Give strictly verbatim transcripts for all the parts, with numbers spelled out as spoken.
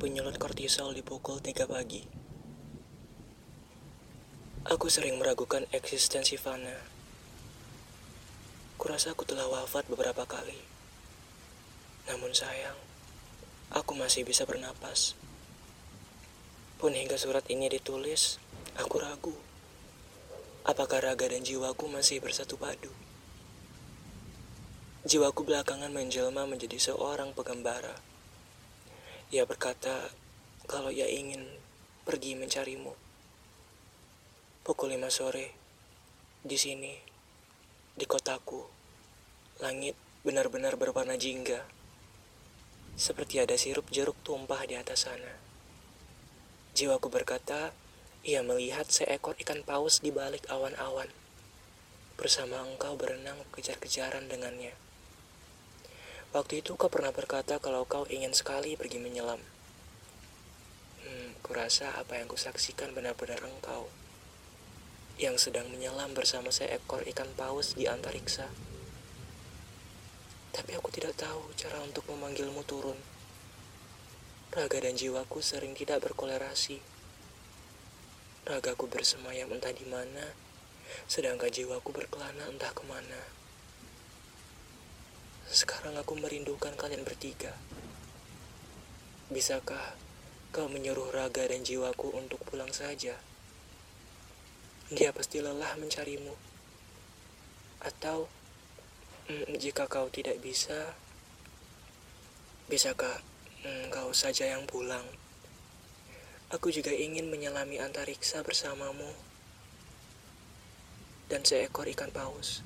penyulut kortisol di pukul tiga pagi. Aku sering meragukan eksistensi Fana. Kurasa aku telah wafat beberapa kali. Namun sayang, aku masih bisa bernapas. Pun hingga surat ini ditulis, aku ragu. Apakah raga dan jiwaku masih bersatu padu? Jiwaku belakangan menjelma menjadi seorang pengembara. Ia berkata kalau ia ingin pergi mencarimu. Pukul lima sore, di sini, di kotaku, langit benar-benar berwarna jingga. Seperti ada sirup jeruk tumpah di atas sana. Jiwaku berkata, ia melihat seekor ikan paus di balik awan-awan. Bersama engkau berenang kejar-kejaran dengannya. Waktu itu kau pernah berkata kalau kau ingin sekali pergi menyelam. Hmm, kurasa apa yang kusaksikan benar-benar engkau yang sedang menyelam bersama seekor ikan paus di antariksa. Tapi aku tidak tahu cara untuk memanggilmu turun. Raga dan jiwaku sering tidak berkolerasi. Ragaku bersemayam entah di mana, sedangkan jiwaku berkelana entah kemana. Sekarang aku merindukan kalian bertiga. Bisakah kau menyuruh raga dan jiwaku untuk pulang saja? Dia pasti lelah mencarimu. Atau mm, jika kau tidak bisa, bisakah mm, kau saja yang pulang? Aku juga ingin menyelami antariksa bersamamu dan seekor ikan paus.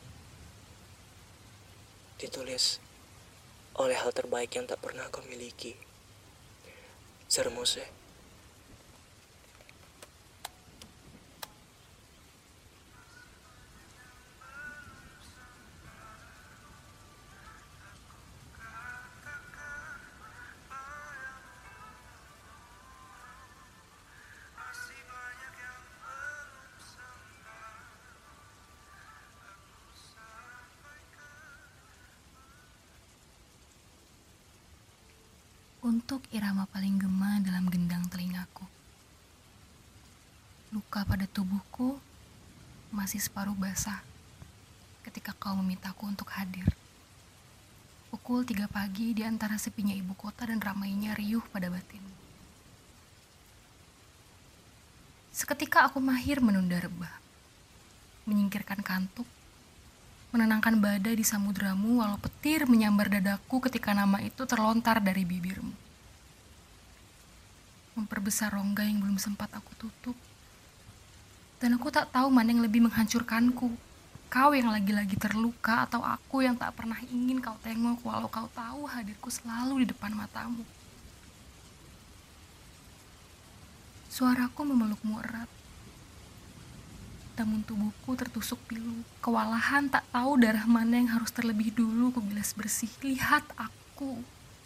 Ditulis oleh hal terbaik yang tak pernah kau miliki. Zermose. Untuk irama paling gema dalam gendang telingaku. Luka pada tubuhku masih separuh basah ketika kau memintaku untuk hadir. Pukul tiga pagi di antara sepinya ibu kota dan ramainya riuh pada batin. Seketika aku mahir menunda rebah, menyingkirkan kantuk, menenangkan badai di samudramu walau petir menyambar dadaku ketika nama itu terlontar dari bibirmu. Memperbesar rongga yang belum sempat aku tutup. Dan aku tak tahu mana yang lebih menghancurkanku. Kau yang lagi-lagi terluka atau aku yang tak pernah ingin kau tengok walau kau tahu hadirku selalu di depan matamu. Suaraku memelukmu erat. Namun tubuhku tertusuk pilu. Kewalahan tak tahu darah mana yang harus terlebih dulu kubilas bersih. Lihat aku.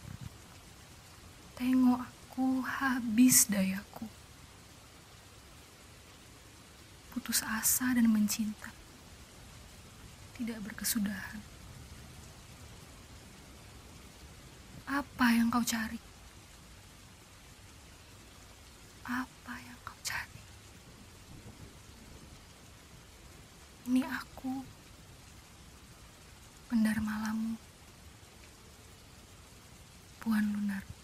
Tengok aku, habis dayaku. Putus asa dan mencinta. Tidak berkesudahan. Apa yang kau cari? Apa yang kau cari? Ini aku, pendar malammu, Puan Lunar.